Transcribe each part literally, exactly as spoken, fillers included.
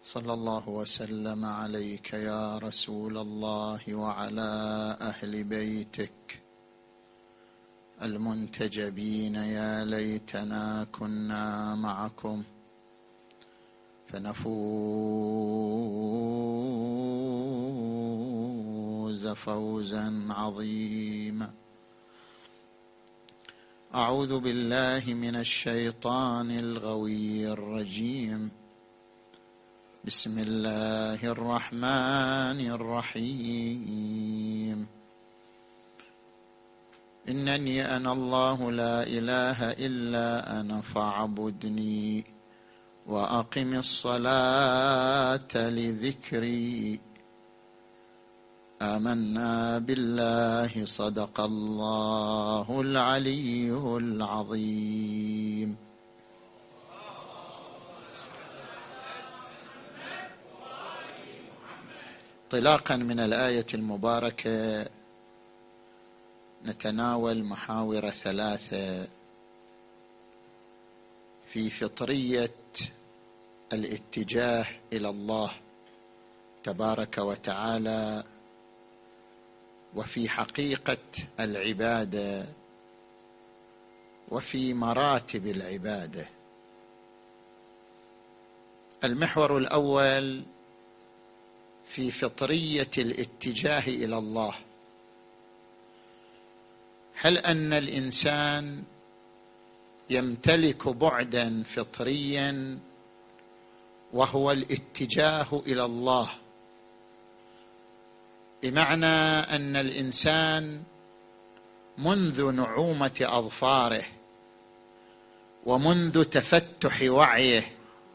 صلى الله وسلم عليك يا رسول الله وعلى أهل بيتك المنتجبين. يا ليتنا كنا معكم فنفوز فوزا عظيما. أعوذ بالله من الشيطان الغوي الرجيم. بسم الله الرحمن الرحيم. إنني أنا الله لا إله إلا أنا فاعبدني وأقم الصلاة لذكري. آمنا بالله صدق الله العلي العظيم. انطلاقا من الآية المباركة نتناول محاور ثلاثة في فطرية الاتجاه إلى الله تبارك وتعالى، وفي حقيقة العبادة، وفي مراتب العبادة. المحور الأول في فطرية الاتجاه إلى الله. هل أن الإنسان يمتلك بعدا فطريا وهو الاتجاه إلى الله، بمعنى أن الإنسان منذ نعومة أظفاره ومنذ تفتح وعيه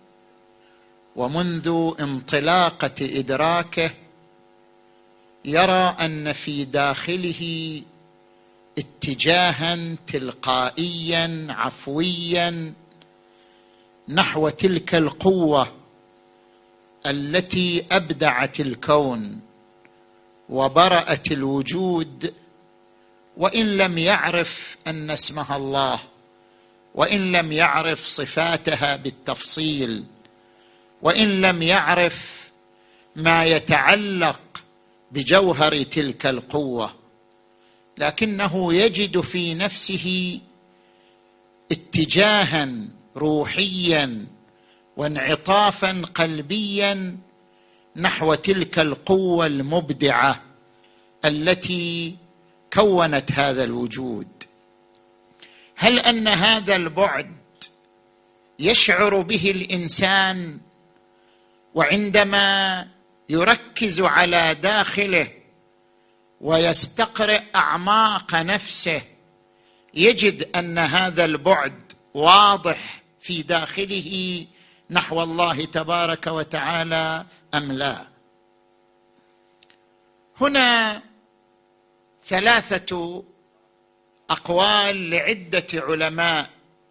ومنذ انطلاقة إدراكه يرى أن في داخله اتجاها تلقائيا عفويا نحو تلك القوة التي أبدعت الكون وبرأت الوجود، وإن لم يعرف أن اسمها الله، وإن لم يعرف صفاتها بالتفصيل، وإن لم يعرف ما يتعلق بجوهر تلك القوة، لكنه يجد في نفسه اتجاها روحيا وانعطافا قلبيا نحو تلك القوة المبدعة التي كونت هذا الوجود. هل أن هذا البعد يشعر به الإنسان وعندما يركز على داخله ويستقرئ أعماق نفسه يجد أن هذا البعد واضح في داخله نحو الله تبارك وتعالى أم لا؟ هنا ثلاثة أقوال لعدة علماء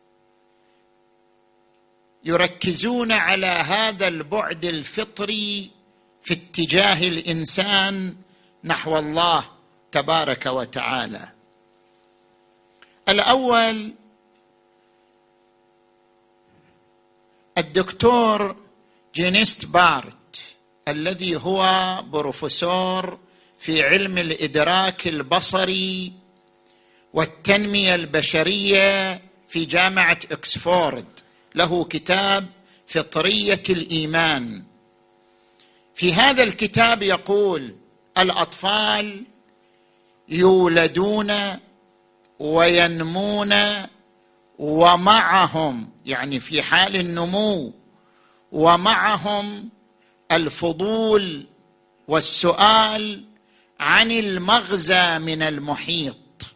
يركزون على هذا البعد الفطري في اتجاه الإنسان نحو الله تبارك وتعالى. الأول الدكتور جينيست بارت الذي هو بروفيسور في علم الإدراك البصري والتنمية البشرية في جامعة أكسفورد، له كتاب فطرية الإيمان. في هذا الكتاب يقول: الأطفال يولدون وينمون ومعهم، يعني في حال النمو، ومعهم الفضول والسؤال عن المغزى من المحيط،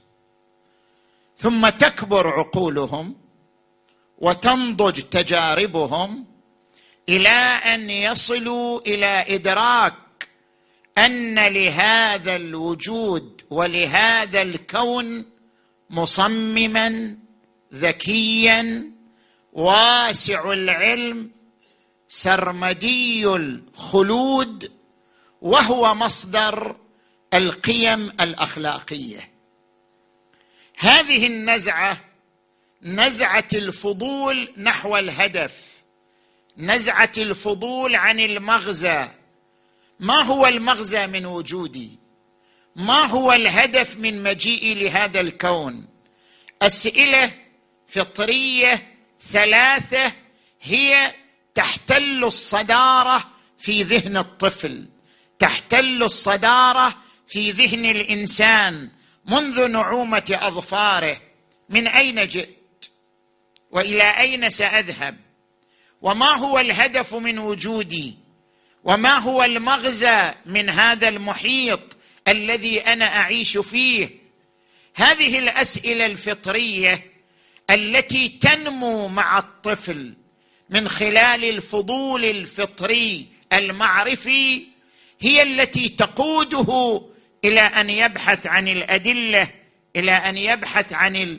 ثم تكبر عقولهم وتنضج تجاربهم إلى أن يصلوا إلى إدراك أن لهذا الوجود ولهذا الكون مصمما ذكيا واسع العلم سرمدي الخلود، وهو مصدر القيم الأخلاقية. هذه النزعة، نزعة الفضول نحو الهدف نزعة الفضول عن المغزى. ما هو المغزى من وجودي؟ ما هو الهدف من مجيئي لهذا الكون؟ أسئلة فطرية ثلاثة هي تحتل الصدارة في ذهن الطفل، تحتل الصدارة في ذهن الإنسان منذ نعومة أظفاره. من أين جئت؟ وإلى أين سأذهب؟ وما هو الهدف من وجودي؟ وما هو المغزى من هذا المحيط الذي أنا أعيش فيه؟ هذه الأسئلة الفطرية التي تنمو مع الطفل من خلال الفضول الفطري المعرفي هي التي تقوده إلى أن يبحث عن الأدلة، إلى أن يبحث عن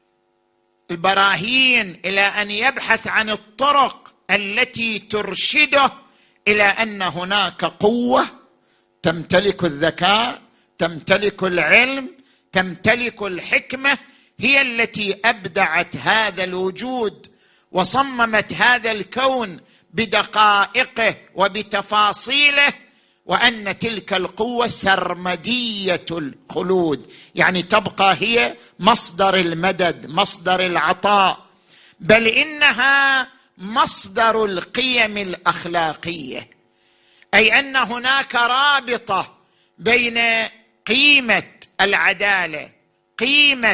البراهين، إلى أن يبحث عن الطرق التي ترشده إلى أن هناك قوة تمتلك الذكاء، تمتلك العلم، تمتلك الحكمة، هي التي أبدعت هذا الوجود وصممت هذا الكون بدقائقه وبتفاصيله، وأن تلك القوة سرمدية الخلود، يعني تبقى هي مصدر المدد، مصدر العطاء، بل إنها مصدر القيم الأخلاقية. أي أن هناك رابطة بين قيمة العدالة، قيمة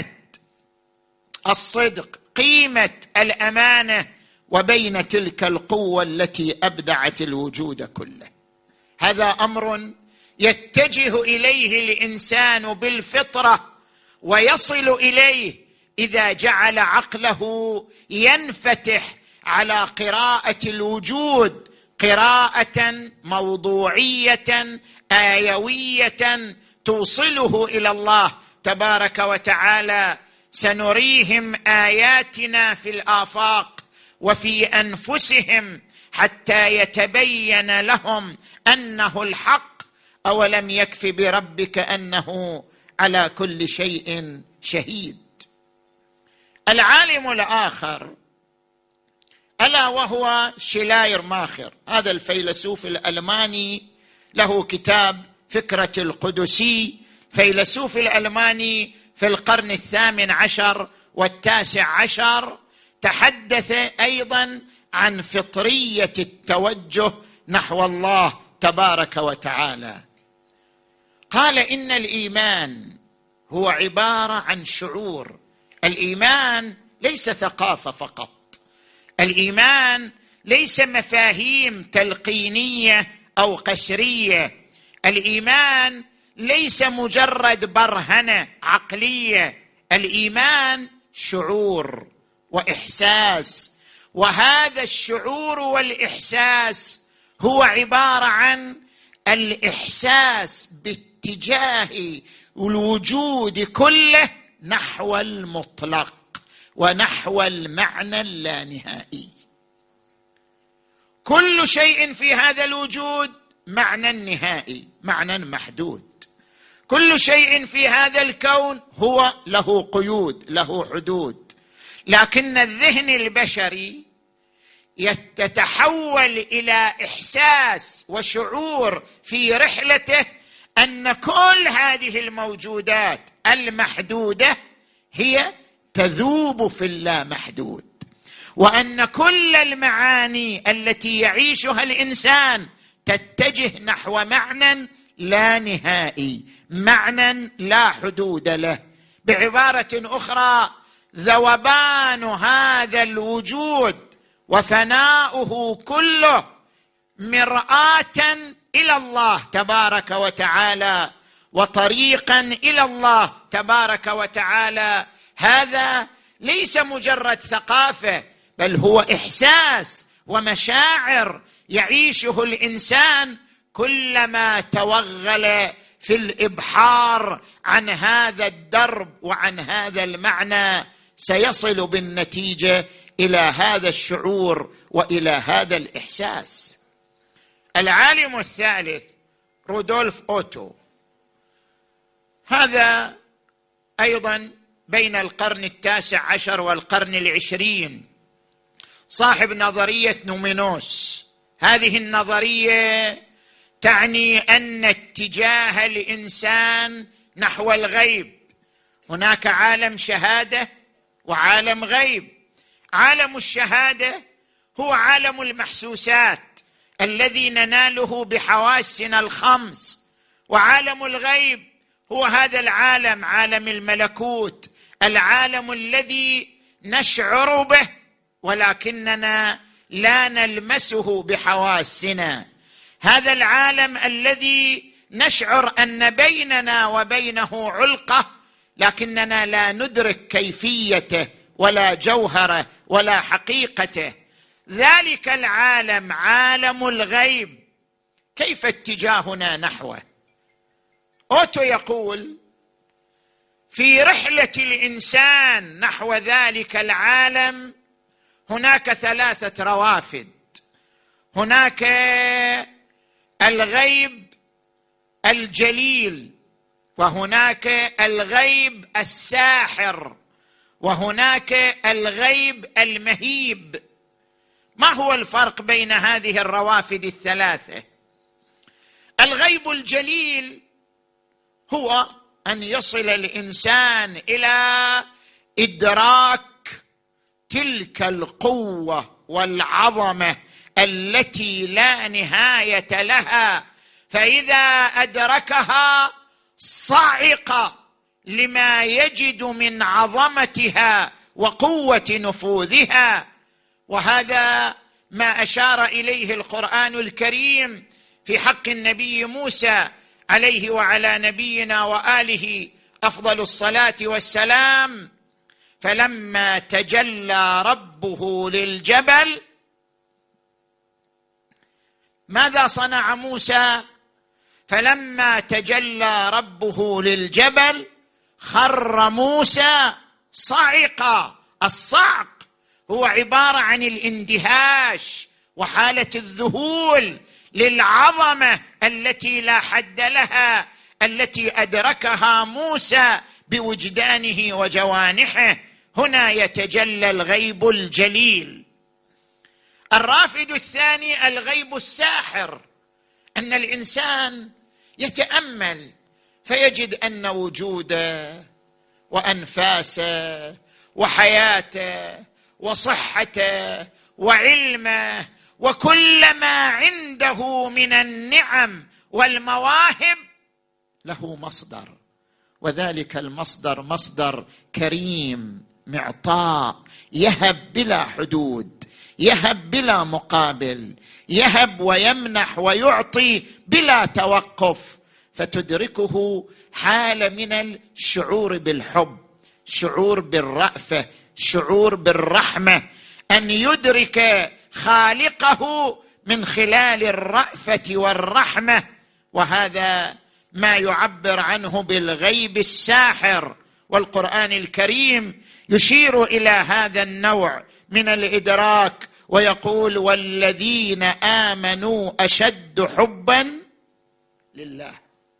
الصدق، قيمة الأمانة، وبين تلك القوة التي أبدعت الوجود كله. هذا أمر يتجه إليه الإنسان بالفطرة ويصل إليه إذا جعل عقله ينفتح على قراءة الوجود قراءة موضوعية آيوية توصله إلى الله تبارك وتعالى. سنريهم آياتنا في الآفاق وفي أنفسهم حتى يتبين لهم أنه الحق، أولم يكف بربك أنه على كل شيء شهيد. العالم الآخر ألا وهو شلاير ماخر، هذا الفيلسوف الألماني، له كتاب فكرة القدسي. فيلسوف الألماني في القرن الثامن عشر والتاسع عشر تحدث أيضا عن فطرية التوجه نحو الله تبارك وتعالى. قال إن الإيمان هو عبارة عن شعور. الإيمان ليس ثقافة فقط، الإيمان ليس مفاهيم تلقينية أو قشرية، الإيمان ليس مجرد برهنة عقلية، الإيمان شعور وإحساس، وهذا الشعور والإحساس هو عبارة عن الإحساس باتجاه الوجود كله نحو المطلق ونحو المعنى اللانهائي. كل شيء في هذا الوجود معنى نهائي، معنى محدود. كل شيء في هذا الكون هو له قيود، له حدود، لكن الذهن البشري يتحول إلى إحساس وشعور في رحلته أن كل هذه الموجودات المحدودة هي تذوب في اللامحدود، وأن كل المعاني التي يعيشها الإنسان تتجه نحو معنى لا نهائي، معنى لا حدود له. بعبارة أخرى، ذوبان هذا الوجود وفناؤه كله مرآة إلى الله تبارك وتعالى وطريقا إلى الله تبارك وتعالى. هذا ليس مجرد ثقافة، بل هو إحساس ومشاعر يعيشه الإنسان كلما توغل في الإبحار عن هذا الدرب وعن هذا المعنى، سيصل بالنتيجة إلى هذا الشعور وإلى هذا الإحساس. العالم الثالث رودولف أوتو، هذا أيضا بين القرن التاسع عشر والقرن العشرين، صاحب نظرية نومينوس. هذه النظرية تعني أن اتجاه الإنسان نحو الغيب، هناك عالم شهادة وعالم غيب. عالم الشهادة هو عالم المحسوسات الذي نناله بحواسنا الخمس، وعالم الغيب هو هذا العالم، عالم الملكوت، العالم الذي نشعر به ولكننا لا نلمسه بحواسنا. هذا العالم الذي نشعر أن بيننا وبينه علقة لكننا لا ندرك كيفيته ولا جوهره ولا حقيقته. ذلك العالم عالم الغيب. كيف اتجاهنا نحوه؟ أوتو يقول في رحلة الإنسان نحو ذلك العالم هناك ثلاثة روافد. هناك الغيب الجليل، وهناك الغيب الساحر، وهناك الغيب المهيب. ما هو الفرق بين هذه الروافد الثلاثة؟ الغيب الجليل هو أن يصل الإنسان إلى إدراك تلك القوة والعظمة التي لا نهاية لها، فإذا أدركها صعق لما يجد من عظمتها وقوة نفوذها. وهذا ما أشار إليه القرآن الكريم في حق النبي موسى عليه وعلى نبينا وآله أفضل الصلاة والسلام: فلما تجلى ربه للجبل. ماذا صنع موسى؟ فلما تجلى ربه للجبل خر موسى صعقا. الصعق هو عبارة عن الاندهاش وحالة الذهول للعظمة التي لا حد لها، التي أدركها موسى بوجدانه وجوانحه. هنا يتجلى الغيب الجليل. الرافد الثاني الغيب الساحر، أن الإنسان يتأمل فيجد أن وجوده وأنفاسه وحياته وصحته وعلمه وكل ما عنده من النعم والمواهب له مصدر، وذلك المصدر مصدر كريم معطاء، يهب بلا حدود، يهب بلا مقابل، يهب ويمنح ويعطي بلا توقف. فتدركه حالة من الشعور بالحب، شعور بالرأفة، شعور بالرحمة، أن يدرك خالقه من خلال الرأفة والرحمة. وهذا ما يعبر عنه بالغيب الساحر، والقرآن الكريم يشير إلى هذا النوع من الإدراك ويقول: والذين آمنوا أشد حبا لله.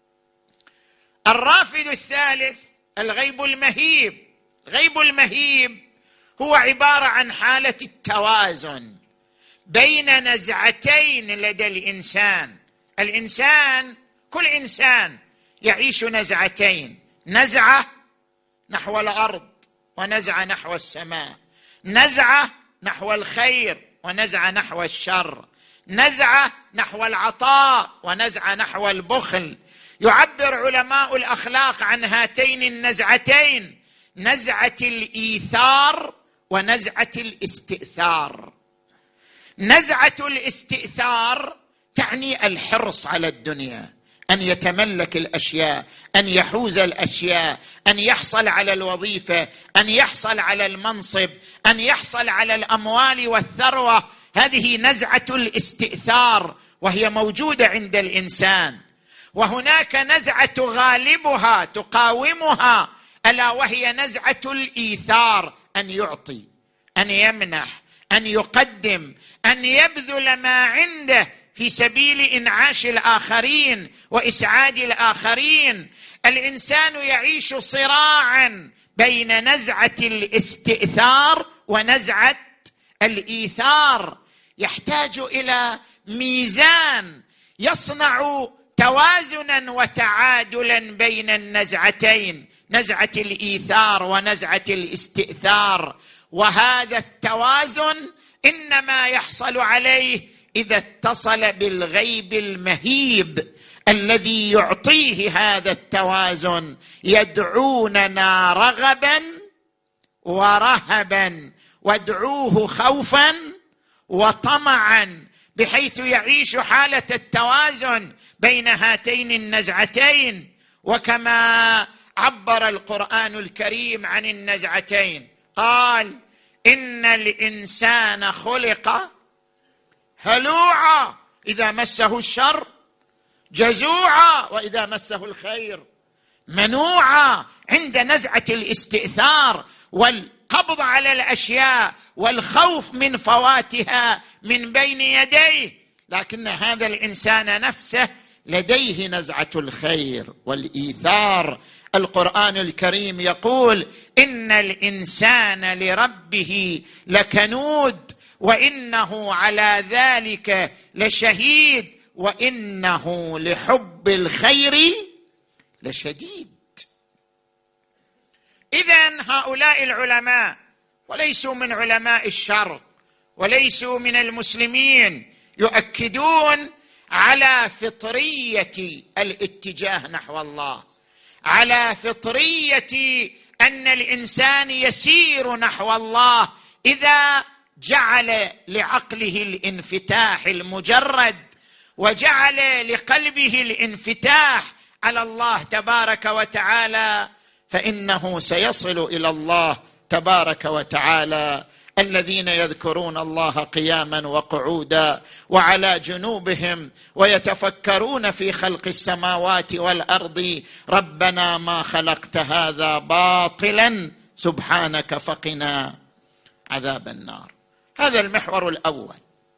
الرافد الثالث الغيب المهيب. الغيب المهيب هو عبارة عن حالة التوازن بين نزعتين لدى الإنسان. الإنسان كل إنسان يعيش نزعتين: نزعة نحو الأرض ونزعة نحو السماء، نزعة نحو الخير ونزعة نحو الشر، نزعة نحو العطاء ونزعة نحو البخل. يعبر علماء الأخلاق عن هاتين النزعتين: نزعة الإيثار ونزعة الاستئثار. نزعة الاستئثار تعني الحرص على الدنيا، أن يتملك الأشياء، أن يحوز الأشياء، أن يحصل على الوظيفة، أن يحصل على المنصب، أن يحصل على الأموال والثروة. هذه نزعة الاستئثار وهي موجودة عند الإنسان. وهناك نزعة غالبها تقاومها، ألا وهي نزعة الإيثار، أن يعطي، أن يمنح، أن يقدم، أن يبذل ما عنده في سبيل إنعاش الآخرين وإسعاد الآخرين. الإنسان يعيش صراعا بين نزعة الاستئثار ونزعة الايثار يحتاج الى ميزان يصنع توازنا وتعادلا بين النزعتين، نزعه الايثار ونزعه الاستئثار، وهذا التوازن انما يحصل عليه اذا اتصل بالغيب المهيب الذي يعطيه هذا التوازن. يدعوننا رغبا ورهبا وادعوه خوفا وطمعا، بحيث يعيش حاله التوازن بين هاتين النزعتين. وكما عبر القرآن الكريم عن النزعتين قال: إن الإنسان خلق هلوعا إذا مسه الشر جزوعا وإذا مسه الخير منوعا. عند نزعة الاستئثار والقبض على الأشياء والخوف من فواتها من بين يديه، لكن هذا الإنسان نفسه لديه نزعة الخير والإيثار. القرآن الكريم يقول: إن الإنسان لربه لكنود وإنه على ذلك لشهيد وإنه لحب الخير لشديد. إذن هؤلاء العلماء وليسوا من علماء الشرق وليسوا من المسلمين يؤكدون على فطرية الاتجاه نحو الله، على فطرية أن الإنسان يسير نحو الله إذا جعل لعقله الانفتاح المجرد وجعل لقلبه الانفتاح على الله تبارك وتعالى، فإنه سيصل إلى الله تبارك وتعالى. الذين يذكرون الله قياما وقعودا وعلى جنوبهم ويتفكرون في خلق السماوات والأرض ربنا ما خلقت هذا باطلا سبحانك فقنا عذاب النار. هذا المحور الأول.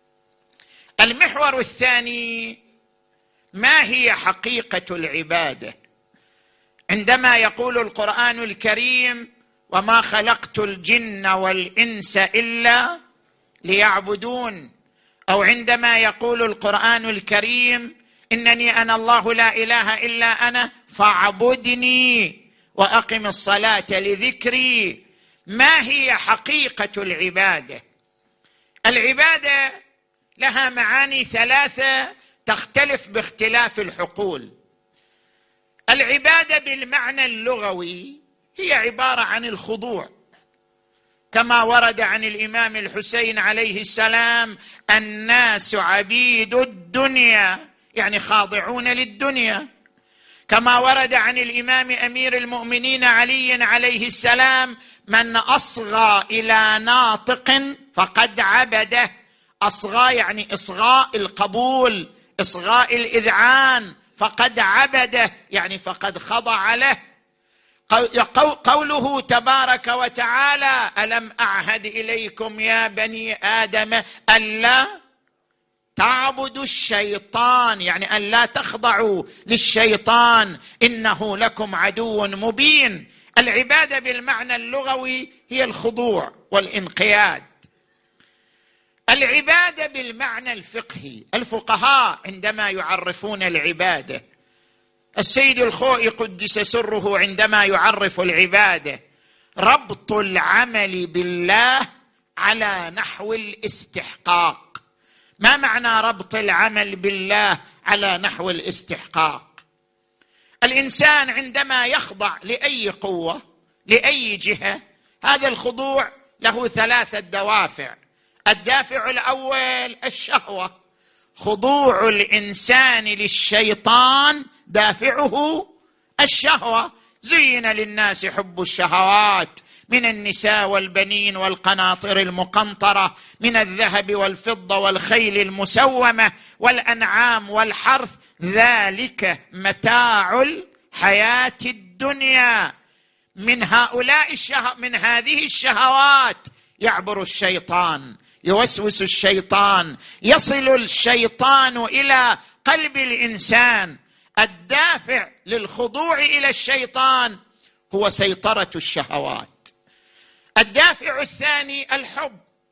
المحور الثاني: ما هي حقيقة العبادة؟ عندما يقول القرآن الكريم: وما خلقت الجن والإنس إلا ليعبدون، أو عندما يقول القرآن الكريم: إنني أنا الله لا إله إلا أنا فاعبدني وأقم الصلاة لذكري، ما هي حقيقة العبادة؟ العبادة لها معاني ثلاثة تختلف باختلاف الحقول. العبادة بالمعنى اللغوي هي عبارة عن الخضوع، كما ورد عن الإمام الحسين عليه السلام: الناس عبيد الدنيا، يعني خاضعون للدنيا. كما ورد عن الإمام أمير المؤمنين علي عليه السلام: من أصغى إلى ناطق فقد عبده. أصغى يعني إصغاء القبول، إصغاء الإذعان، فقد عبده يعني فقد خضع له. قوله تبارك وتعالى: ألم أعهد إليكم يا بني آدم ألا تعبدوا الشيطان، يعني أن لا تخضعوا للشيطان إنه لكم عدو مبين. العبادة بالمعنى اللغوي هي الخضوع والانقياد. العبادة بالمعنى الفقهي، الفقهاء عندما يعرفون العبادة، السيد الخوئي قدس سره عندما يعرف العبادة: ربط العمل بالله على نحو الاستحقاق. ما معنى ربط العمل بالله على نحو الاستحقاق؟ الإنسان عندما يخضع لأي قوة لأي جهة، هذا الخضوع له ثلاثة دوافع. الدافع الأول الشهوة، خضوع الإنسان للشيطان دافعه الشهوة. زين للناس حب الشهوات من النساء والبنين والقناطر المقنطرة من الذهب والفضة والخيل المسومة والأنعام والحرث، ذلك متاع الحياة الدنيا. من هؤلاء الشه... من هذه الشهوات يعبر الشيطان، يوسوس الشيطان، يصل الشيطان إلى قلب الإنسان. الدافع للخضوع إلى الشيطان هو سيطرة الشهوات. الدافع الثاني الحب،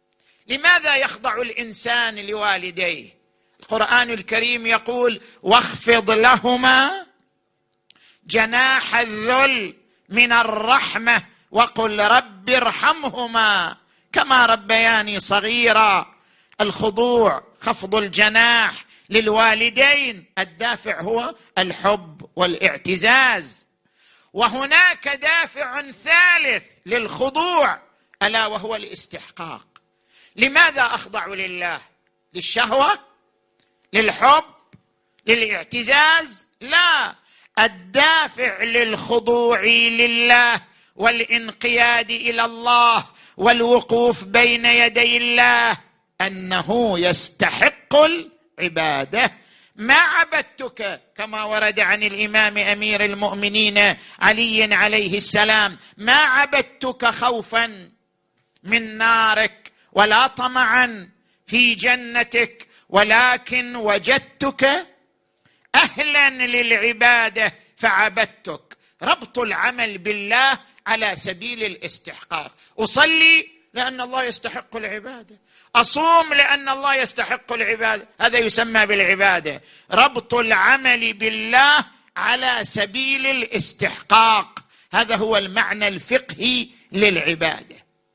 لماذا يخضع الإنسان لوالديه؟ القرآن الكريم يقول: واخفض لهما جناح الذل من الرحمة وقل رب ارحمهما كما ربياني صغيرا. الخضوع، خفض الجناح للوالدين، الدافع هو الحب والاعتزاز. وهناك دافع ثالث للخضوع ألا وهو الاستحقاق. لماذا أخضع لله؟ للشهوة؟ للحب؟ للاعتزاز؟ لا، الدافع للخضوع لله والانقياد إلى الله والوقوف بين يدي الله أنه يستحق العبادة. ما عبدتك، كما ورد عن الإمام أمير المؤمنين علي عليه السلام: ما عبدتك خوفا من نارك ولا طمعا في جنتك، ولكن وجدتك أهلا للعبادة فعبدتك. ربط العمل بالله على سبيل الاستحقاق. أصلي لأن الله يستحق العبادة، أصوم لأن الله يستحق العبادة، هذا يسمى بالعبادة. ربط العمل بالله على سبيل الاستحقاق، هذا هو المعنى الفقهي للعبادة.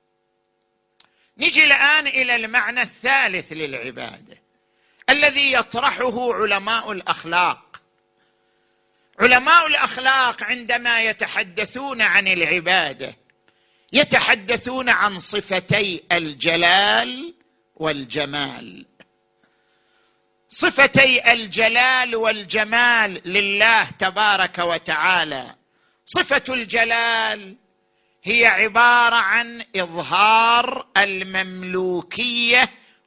نجي الآن إلى المعنى الثالث للعبادة الذي يطرحه علماء الأخلاق. علماء الأخلاق عندما يتحدثون عن العبادة يتحدثون عن صفتي الجلال والجمال. صفتي الجلال والجمال لله تبارك وتعالى. صفة الجلال هي عبارة عن إظهار المملوكية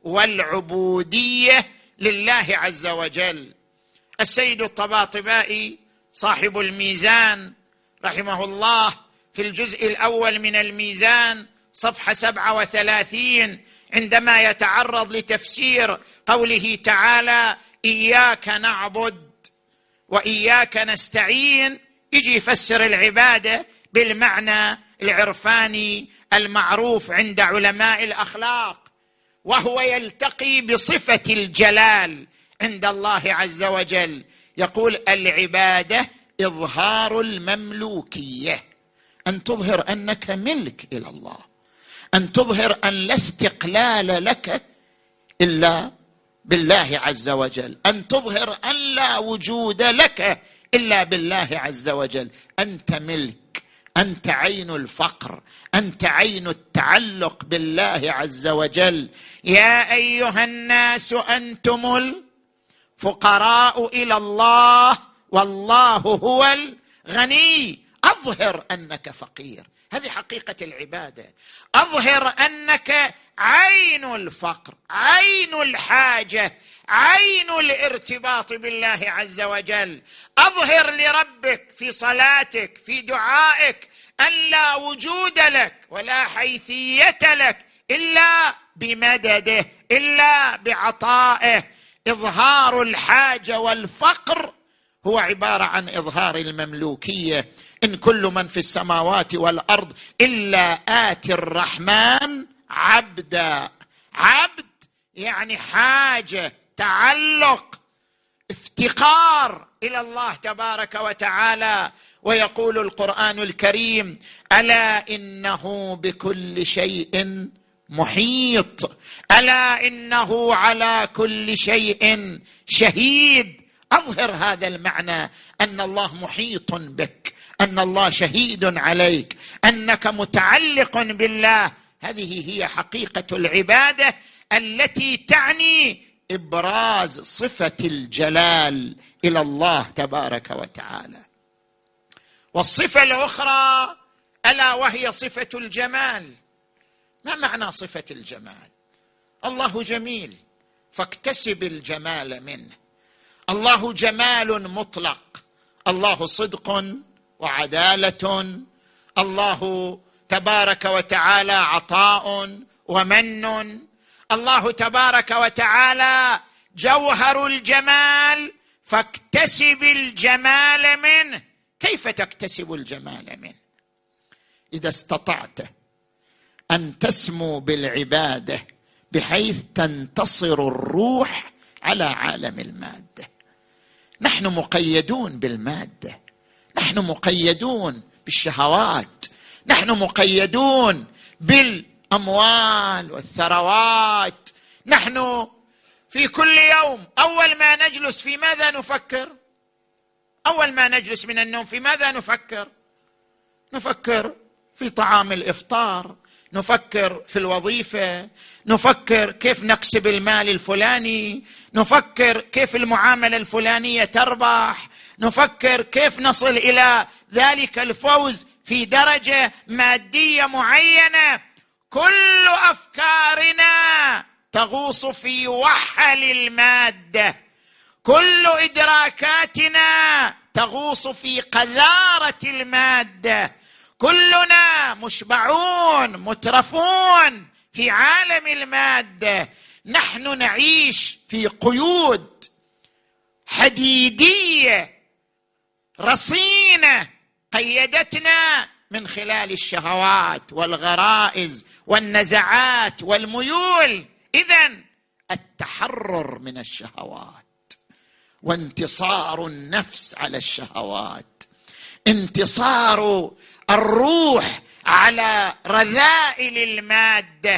والعبودية لله عز وجل. السيد الطباطبائي صاحب الميزان رحمه الله في الجزء الأول من الميزان صفحة سبعة وثلاثين عندما يتعرض لتفسير قوله تعالى: إياك نعبد وإياك نستعين، يجي يفسر العبادة بالمعنى العرفاني المعروف عند علماء الأخلاق، وهو يلتقي بصفة الجلال عند الله عز وجل. يقول: العبادة إظهار المملوكية، أن تظهر أنك ملك إلى الله، أن تظهر أن لا استقلال لك إلا بالله عز وجل، أن تظهر أن لا وجود لك إلا بالله عز وجل. أنت ملك، أنت عين الفقر، أنت عين التعلق بالله عز وجل. يا أيها الناس أنتم الفقراء إلى الله والله هو الغني. أظهر أنك فقير، هذه حقيقة العبادة. أظهر أنك عين الفقر، عين الحاجة، عين الارتباط بالله عز وجل. أظهر لربك في صلاتك في دعائك أن لا وجود لك ولا حيثية لك إلا بمدده، إلا بعطائه. إظهار الحاجة والفقر هو عبارة عن إظهار المملوكية. إن كل من في السماوات والأرض إلا آتي الرحمن عبدا. عبد يعني حاجة، تعلق، افتقار إلى الله تبارك وتعالى. ويقول القرآن الكريم: ألا إنه بكل شيء محيط، ألا إنه على كل شيء شهيد. أظهر هذا المعنى، أن الله محيط بك، أن الله شهيد عليك، أنك متعلق بالله. هذه هي حقيقة العبادة التي تعني إبراز صفة الجلال إلى الله تبارك وتعالى. والصفة الأخرى ألا وهي صفة الجمال. ما معنى صفة الجمال؟ الله جميل فاكتسب الجمال منه. الله جمال مطلق، الله صدق وعدالة، الله تبارك وتعالى عطاء ومن، الله تبارك وتعالى جوهر الجمال فاكتسب الجمال منه. كيف تكتسب الجمال منه؟ إذا استطعت أن تسمو بالعبادة بحيث تنتصر الروح على عالم الماده. نحن مقيدون بالماده، نحن مقيدون بالشهوات، نحن مقيدون بالاموال والثروات. نحن في كل يوم اول ما نجلس في ماذا نفكر؟ اول ما نجلس من النوم في ماذا نفكر؟ نفكر في طعام الافطار، نفكر في الوظيفه، نفكر كيف نكسب المال الفلاني، نفكر كيف المعامله الفلانيه تربح، نفكر كيف نصل الى ذلك الفوز في درجه ماديه معينه. كل افكارنا تغوص في وحل الماده، كل ادراكاتنا تغوص في قذاره الماده. كلنا مشبعون مترفون في عالم الماده. نحن نعيش في قيود حديديه رصينه قيدتنا من خلال الشهوات والغرائز والنزعات والميول. إذن التحرر من الشهوات وانتصار النفس على الشهوات، انتصار الروح على رذائل الماده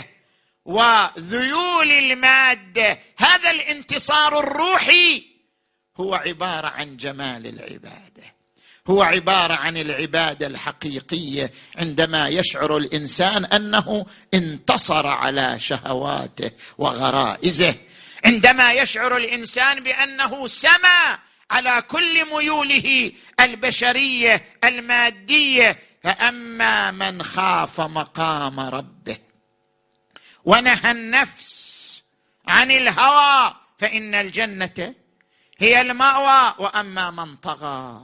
وذيول الماده، هذا الانتصار الروحي هو عباره عن جمال العباده، هو عباره عن العباده الحقيقيه. عندما يشعر الانسان انه انتصر على شهواته وغرائزه، عندما يشعر الانسان بانه سمى على كل ميوله البشريه الماديه. فاما من خاف مقام ربه ونهى النفس عن الهوى فان الجنه هي المأوى. واما من طغى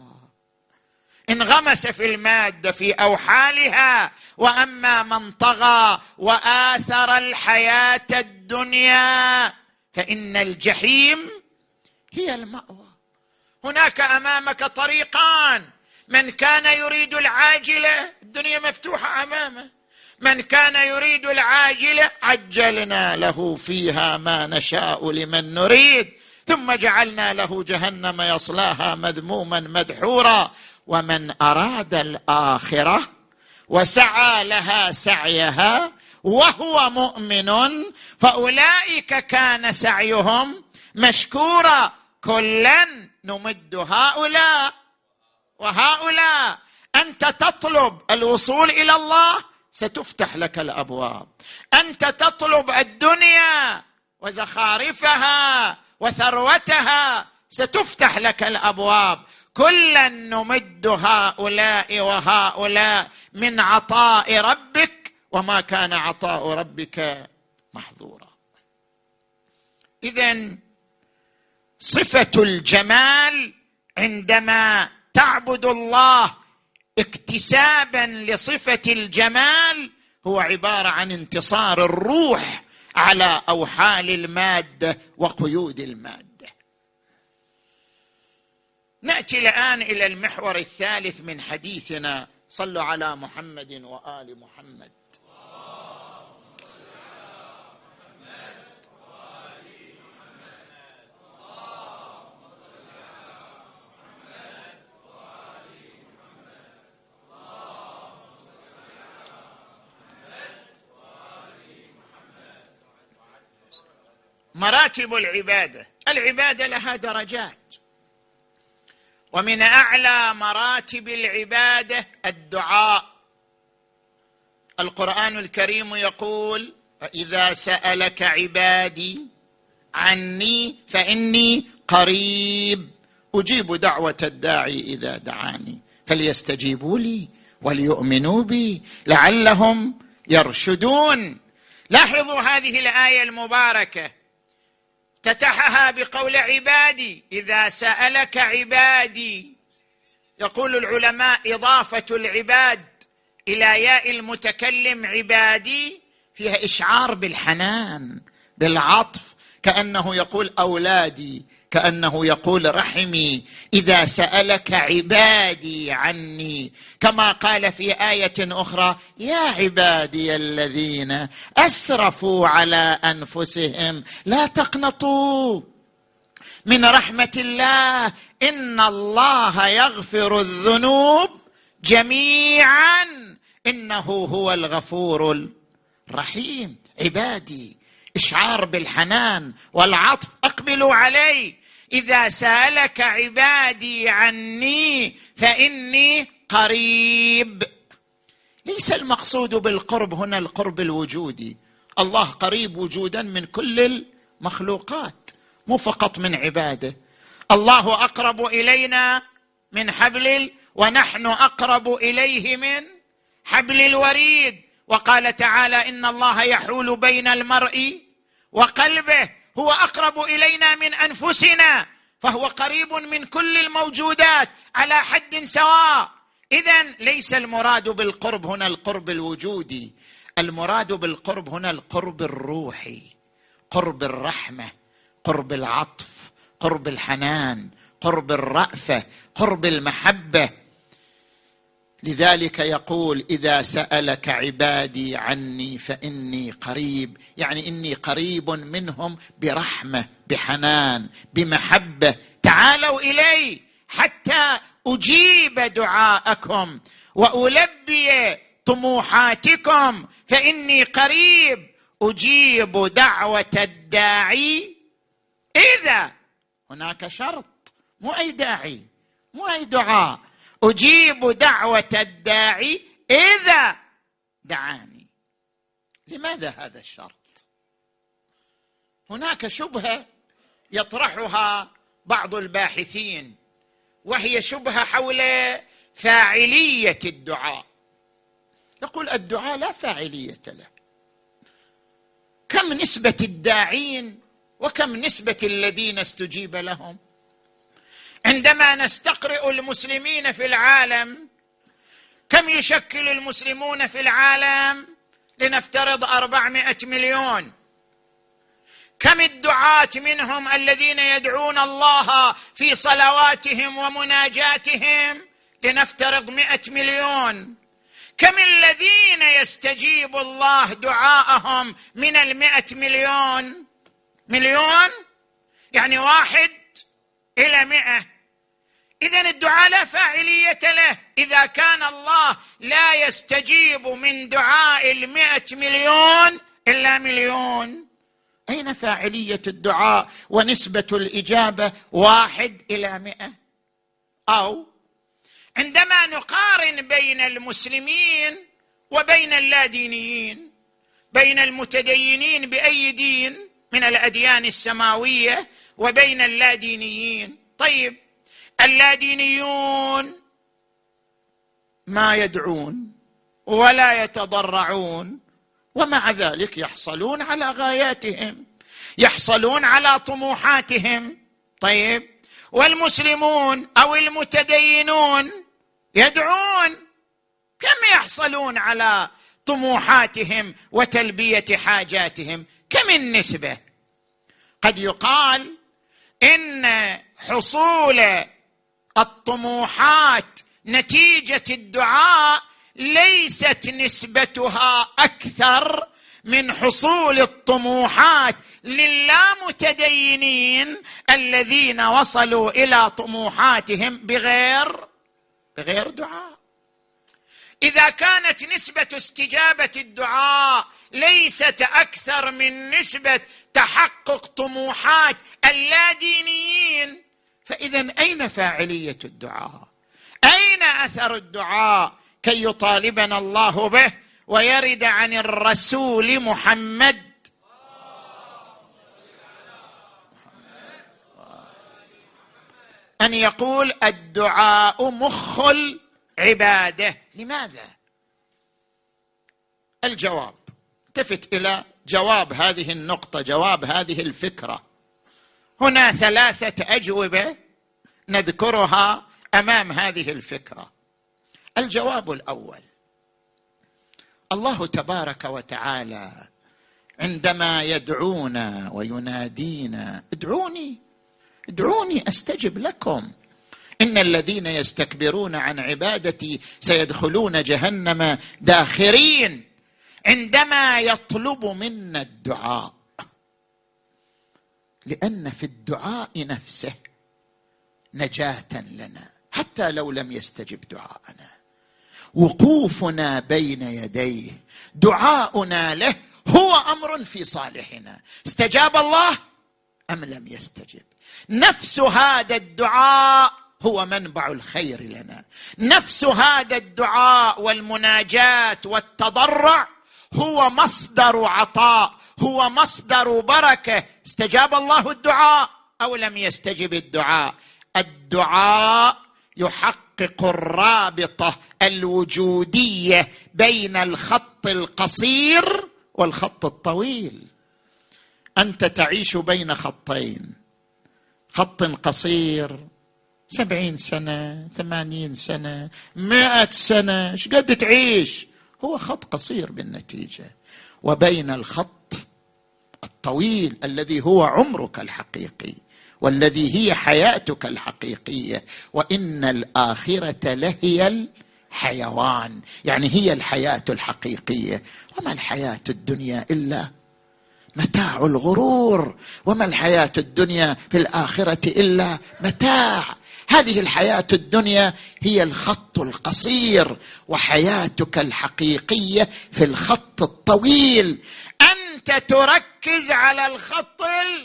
انغمس في الماده في اوحالها. واما من طغى واثر الحياه الدنيا فان الجحيم هي المأوى. هناك امامك طريقان: من كان يريد العاجله الدنيا مفتوحه امامه، من كان يريد العاجله عجلنا له فيها ما نشاء لمن نريد ثم جعلنا له جهنم يصلاها مذموما مدحورا. ومن أراد الآخرة وسعى لها سعيها وهو مؤمن فأولئك كان سعيهم مشكورا. كلا نمد هؤلاء وهؤلاء. أنت تطلب الوصول إلى الله ستفتح لك الأبواب، أنت تطلب الدنيا وزخارفها وثروتها ستفتح لك الأبواب. كلا نمد هؤلاء وهؤلاء من عطاء ربك وما كان عطاء ربك محظورا. إذن صفة الجمال عندما تعبد الله اكتسابا لصفة الجمال هو عبارة عن انتصار الروح على أوحال المادة وقيود المادة. نأتي الآن إلى المحور الثالث من حديثنا. صلوا على محمد وآل محمد. مراتب العبادة. العبادة لها درجات، ومن أعلى مراتب العبادة الدعاء. القرآن الكريم يقول: إذا سألك عبادي عني فإني قريب أجيب دعوة الداعي إذا دعاني فليستجيبوا لي وليؤمنوا بي لعلهم يرشدون. لاحظوا هذه الآية المباركة افتتحها بقول عبادي. إذا سألك عبادي، يقول العلماء إضافة العباد إلى ياء المتكلم عبادي فيها إشعار بالحنان بالعطف، كأنه يقول أولادي، كأنه يقول رحمي إذا سألك عبادي عني، كما قال في آية أخرى يا عبادي الذين أسرفوا على أنفسهم لا تقنطوا من رحمة الله إن الله يغفر الذنوب جميعا إنه هو الغفور الرحيم. عبادي، إشعار بالحنان والعطف، أقبلوا علي. إذا سألك عبادي عني فإني قريب. ليس المقصود بالقرب هنا القرب الوجودي، الله قريب وجودا من كل المخلوقات مو فقط من عباده. الله أقرب إلينا من حبل ونحن أقرب إليه من حبل الوريد. وقال تعالى إن الله يحول بين المرء وقلبه، هو أقرب إلينا من أنفسنا، فهو قريب من كل الموجودات على حد سواء. إذن ليس المراد بالقرب هنا القرب الوجودي، المراد بالقرب هنا القرب الروحي، قرب الرحمة، قرب العطف، قرب الحنان، قرب الرأفة، قرب المحبة. لذلك يقول إذا سألك عبادي عني فإني قريب، يعني إني قريب منهم برحمة، بحنان، بمحبة. تعالوا إلي حتى أجيب دعاءكم وألبي طموحاتكم فإني قريب أجيب دعوة الداعي إذا، هناك شرط، مو أي داعي، مو أي دعاء، أجيب دعوة الداعي إذا دعاني. لماذا هذا الشرط؟ هناك شبهة يطرحها بعض الباحثين، وهي شبهة حول فاعلية الدعاء. يقول الدعاء لا فاعلية له، كم نسبة الداعين وكم نسبة الذين استجيب لهم؟ عندما نستقرئ المسلمين في العالم، كم يشكل المسلمون في العالم؟ لنفترض أربعمائة مليون. كم الدعاة منهم الذين يدعون الله في صلواتهم ومناجاتهم؟ لنفترض مئة مليون. كم الذين يستجيب الله دعاءهم من المئة مليون؟ مليون، يعني واحد إلى مئة. إذن الدعاء لا فاعلية له. إذا كان الله لا يستجيب من دعاء المئة مليون إلا مليون، أين فاعلية الدعاء ونسبة الإجابة واحد إلى مئة؟ أو عندما نقارن بين المسلمين وبين اللادينيين، بين المتدينين بأي دين من الأديان السماوية وبين اللادينيين، طيب اللادينيون ما يدعون ولا يتضرعون، ومع ذلك يحصلون على غاياتهم، يحصلون على طموحاتهم. طيب والمسلمون أو المتدينون يدعون، كم يحصلون على طموحاتهم وتلبية حاجاتهم؟ كم النسبة؟ قد يقال إن حصول الطموحات نتيجة الدعاء ليست نسبتها أكثر من حصول الطموحات للامتدينين الذين وصلوا إلى طموحاتهم بغير بغير دعاء. إذا كانت نسبة استجابة الدعاء ليست أكثر من نسبة تحقق طموحات اللادينيين، فإذن أين فاعلية الدعاء؟ أين أثر الدعاء كي يطالبنا الله به ويرد عن الرسول محمد أن يقول الدعاء مخ العبادة؟ لماذا؟ الجواب، التفت إلى جواب هذه النقطة، جواب هذه الفكرة. هنا ثلاثة أجوبة نذكرها أمام هذه الفكرة. الجواب الأول، الله تبارك وتعالى عندما يدعونا وينادينا ادعوني ادعوني استجب لكم. ان الذين يستكبرون عن عبادتي سيدخلون جهنم داخرين. عندما يطلب منا الدعاء، لان في الدعاء نفسه نجاة لنا حتى لو لم يستجب دعاءنا. وقوفنا بين يديه، دعاؤنا له هو امر في صالحنا. استجاب الله ام لم يستجب؟ نفس هذا الدعاء هو منبع الخير لنا. نفس هذا الدعاء والمناجاة والتضرع هو مصدر عطاء، هو مصدر بركة. استجاب الله الدعاء او لم يستجب الدعاء؟ الدعاء يحقق الرابطة الوجودية بين الخط القصير والخط الطويل. أنت تعيش بين خطين، خط قصير سبعين سنة، ثمانين سنة، مئة سنة، ايش قد تعيش؟ هو خط قصير بالنتيجة. وبين الخط الطويل الذي هو عمرك الحقيقي والذي هي حياتك الحقيقية. وإن الآخرة لهي الحيوان، يعني هي الحياة الحقيقية. وما الحياة الدنيا إلا متاع الغرور، وما الحياة الدنيا في الآخرة إلا متاع. هذه الحياة الدنيا هي الخط القصير، وحياتك الحقيقية في الخط الطويل. أنت تركز على الخط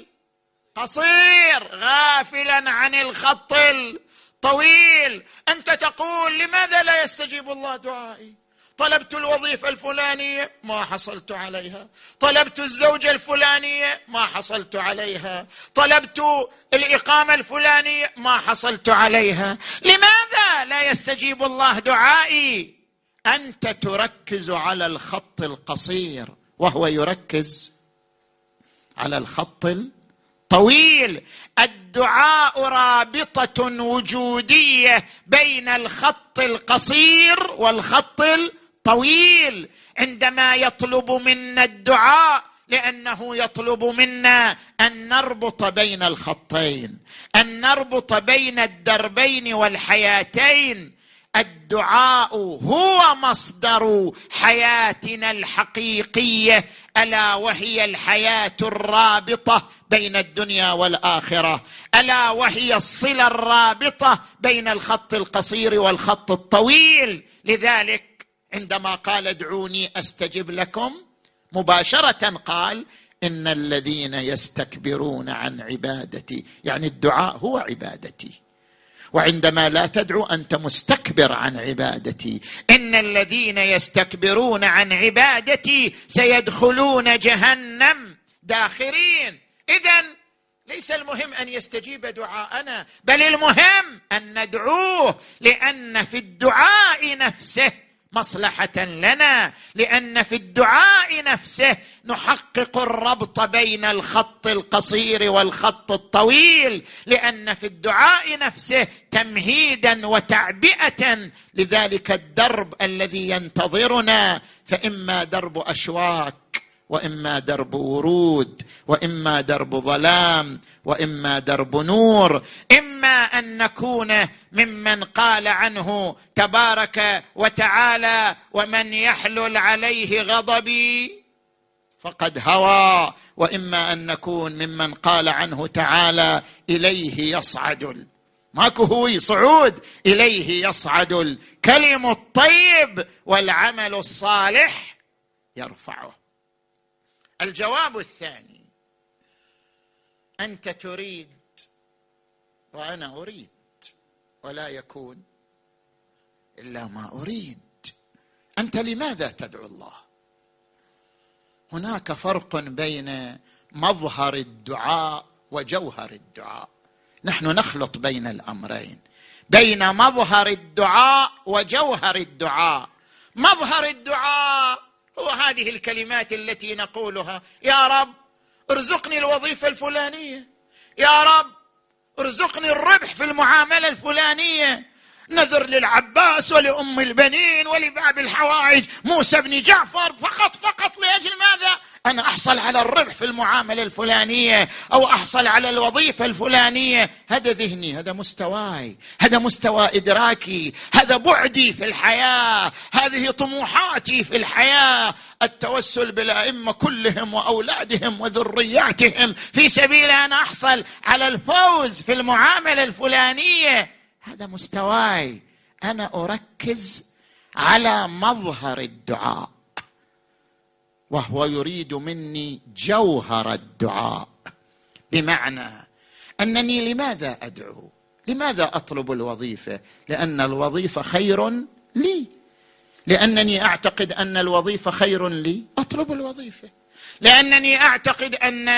القصير غافلا عن الخط الطويل. أنت تقول لماذا لا يستجيب الله دعائي؟ طلبت الوظيفة الفلانية ما حصلت عليها، طلبت الزوجة الفلانية ما حصلت عليها، طلبت الإقامة الفلانية ما حصلت عليها. لماذا لا يستجيب الله دعائي؟ أنت تركز على الخط القصير وهو يركز على الخط الطويل. الدعاء رابطة وجودية بين الخط القصير والخط الطويل. عندما يطلب منا الدعاء لأنه يطلب منا أن نربط بين الخطين، أن نربط بين الدربين والحياتين. الدعاء هو مصدر حياتنا الحقيقية، ألا وهي الحياة الرابطة بين الدنيا والآخرة، ألا وهي الصلة الرابطة بين الخط القصير والخط الطويل. لذلك عندما قال ادعوني أستجب لكم، مباشرة قال إن الذين يستكبرون عن عبادتي، يعني الدعاء هو عبادتي. وعندما لا تدعو أنت مستكبر عن عبادتي. إن الذين يستكبرون عن عبادتي سيدخلون جهنم داخرين. إذن ليس المهم أن يستجيب دعاءنا، بل المهم أن ندعوه، لأن في الدعاء نفسه مصلحة لنا، لأن في الدعاء نفسه نحقق الربط بين الخط القصير والخط الطويل، لأن في الدعاء نفسه تمهيدا وتعبئة لذلك الدرب الذي ينتظرنا. فإما درب أشواك، وإما درب ورود، وإما درب ظلام، وإما درب نور. إما أن نكون ممن قال عنه تبارك وتعالى ومن يحلل عليه غضبي فقد هوى، وإما أن نكون ممن قال عنه تعالى إليه يصعد، ماكو هوي صعود، إليه يصعد الكلم الطيب والعمل الصالح يرفعه. الجواب الثاني، أنت تريد وأنا أريد، ولا يكون إلا ما أريد. أنت لماذا تدعو الله؟ هناك فرق بين مظهر الدعاء وجوهر الدعاء. نحن نخلط بين الأمرين، بين مظهر الدعاء وجوهر الدعاء. مظهر الدعاء هو هذه الكلمات التي نقولها: يا رب ارزقني الوظيفة الفلانية، يا رب ارزقني الربح في المعاملة الفلانية، نذر للعباس ولأم البنين ولباب الحوائج موسى بن جعفر، فقط فقط لأجل ماذا؟ أنا أحصل على الربح في المعاملة الفلانية أو أحصل على الوظيفة الفلانية. هذا ذهني، هذا مستواي، هذا مستوى إدراكي، هذا بعدي في الحياة، هذه طموحاتي في الحياة. التوسل بالأئمة كلهم وأولادهم وذرياتهم في سبيل أن أحصل على الفوز في المعاملة الفلانية، هذا مستواي. أنا أركز على مظهر الدعاء، وهو يريد مني جوهر الدعاء، بمعنى أنني لماذا أدعو؟ لماذا أطلب الوظيفة؟ لأن الوظيفة خير لي، لأنني أعتقد أن الوظيفة خير لي أطلب الوظيفة، لأنني أعتقد أن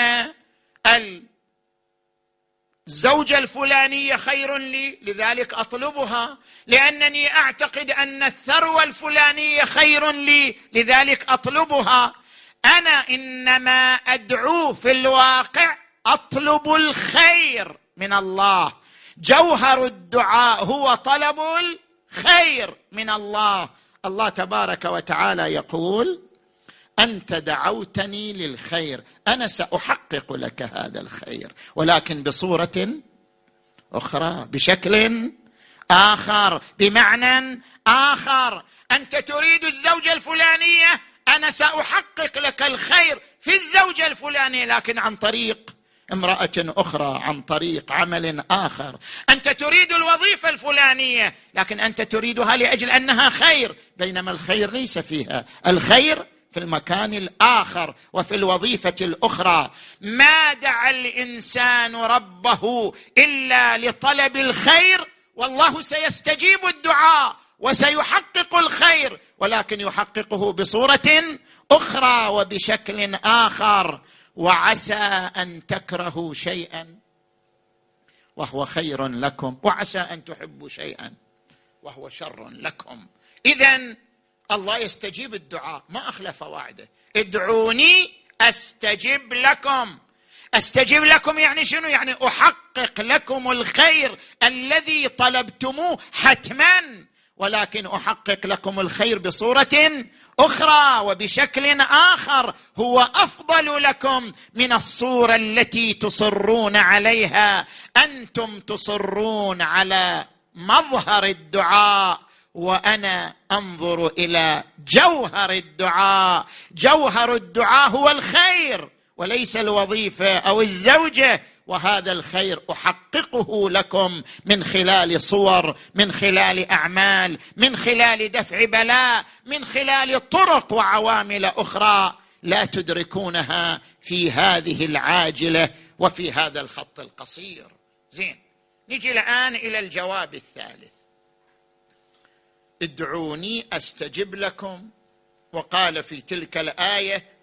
الزوجة الفلانية خير لي لذلك أطلبها، لأنني أعتقد أن الثروة الفلانية خير لي لذلك أطلبها. أنا إنما أدعو في الواقع أطلب الخير من الله. جوهر الدعاء هو طلب الخير من الله. الله تبارك وتعالى يقول: أنت دعوتني للخير، أنا سأحقق لك هذا الخير، ولكن بصورة أخرى، بشكل آخر، بمعنى آخر. أنت تريد الزوجة الفلانية، أنا سأحقق لك الخير في الزوجة الفلانية، لكن عن طريق امرأة أخرى، عن طريق عمل آخر. أنت تريد الوظيفة الفلانية، لكن أنت تريدها لأجل أنها خير، بينما الخير ليس فيها، الخير في المكان الآخر وفي الوظيفة الأخرى. ما دعا الإنسان ربه إلا لطلب الخير، والله سيستجيب الدعاء وسيحقق الخير، ولكن يحققه بصورة أخرى وبشكل آخر. وعسى أن تكرهوا شيئا وهو خير لكم، وعسى أن تحبوا شيئا وهو شر لكم. إذن الله يستجيب الدعاء، ما أخلف وعده. ادعوني أستجب لكم. أستجب لكم يعني شنو؟ يعني أحقق لكم الخير الذي طلبتموه حتما، ولكن أحقق لكم الخير بصورة أخرى وبشكل آخر هو أفضل لكم من الصورة التي تصرون عليها. أنتم تصرون على مظهر الدعاء، وأنا أنظر إلى جوهر الدعاء. جوهر الدعاء هو الخير وليس الوظيفة أو الزوجة، وهذا الخير أحققه لكم من خلال صور، من خلال أعمال، من خلال دفع بلاء، من خلال طرق وعوامل أخرى لا تدركونها في هذه العاجلة وفي هذا الخط القصير. زين، نجي الآن إلى الجواب الثالث. ادعوني أستجب لكم، وقال في تلك الآية: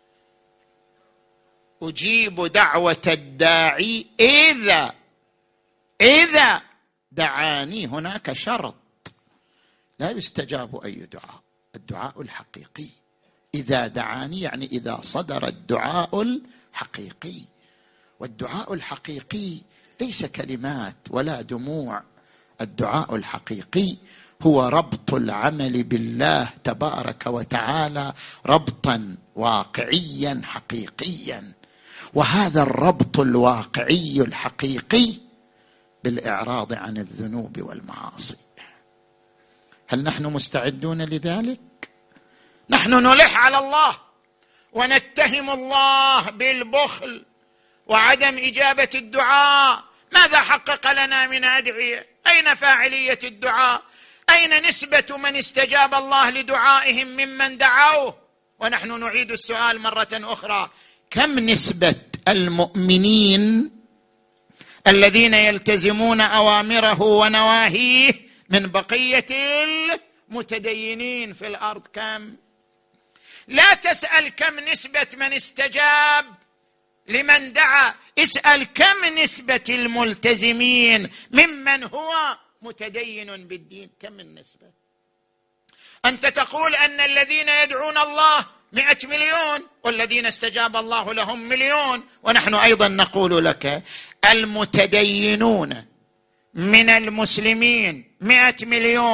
أجيب دعوة الداعي إذا إذا دعاني. هناك شرط، لا يستجاب أي دعاء، الدعاء الحقيقي. إذا دعاني يعني إذا صدر الدعاء الحقيقي، والدعاء الحقيقي ليس كلمات ولا دموع. الدعاء الحقيقي هو ربط العمل بالله تبارك وتعالى ربطا واقعيا حقيقيا، وهذا الربط الواقعي الحقيقي بالإعراض عن الذنوب والمعاصي. هل نحن مستعدون لذلك؟ نحن نلح على الله ونتهم الله بالبخل وعدم إجابة الدعاء. ماذا حقق لنا من أدعية؟ أين فاعلية الدعاء؟ أين نسبة من استجاب الله لدعائهم ممن دعوه؟ ونحن نعيد السؤال مرة أخرى: كم نسبة المؤمنين الذين يلتزمون أوامره ونواهيه من بقية المتدينين في الأرض؟ كم؟ لا تسأل كم نسبة من استجاب لمن دعا، اسأل كم نسبة الملتزمين ممن هو متدين بالدين. كم النسبة؟ أنت تقول أن الذين يدعون الله مئة مليون والذين استجاب الله لهم مليون، ونحن أيضا نقول لك المتدينون من المسلمين مئة مليون،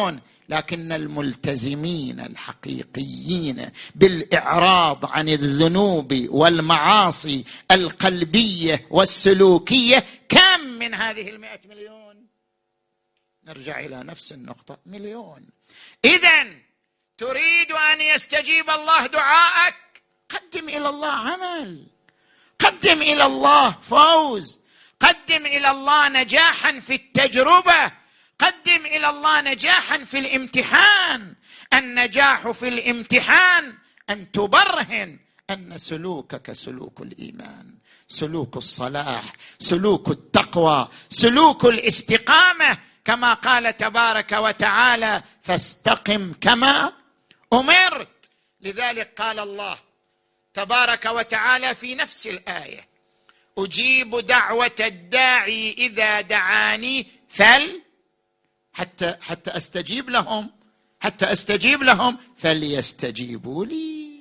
لكن الملتزمين الحقيقيين بالإعراض عن الذنوب والمعاصي القلبية والسلوكية كم من هذه المئة مليون؟ نرجع إلى نفس النقطة، مليون. إذن تريد أن يستجيب الله دعائك، قدم إلى الله عمل، قدم إلى الله فوز، قدم إلى الله نجاحا في التجربة، قدم إلى الله نجاحا في الامتحان. النجاح في الامتحان أن تبرهن أن سلوكك سلوك الإيمان، سلوك الصلاح، سلوك التقوى، سلوك الاستقامة، كما قال تبارك وتعالى: فاستقم كما أمرت. لذلك قال الله تبارك وتعالى في نفس الآية: أجيب دعوة الداعي إذا دعاني فل حتى حتى أستجيب لهم حتى أستجيب لهم فليستجيبوا لي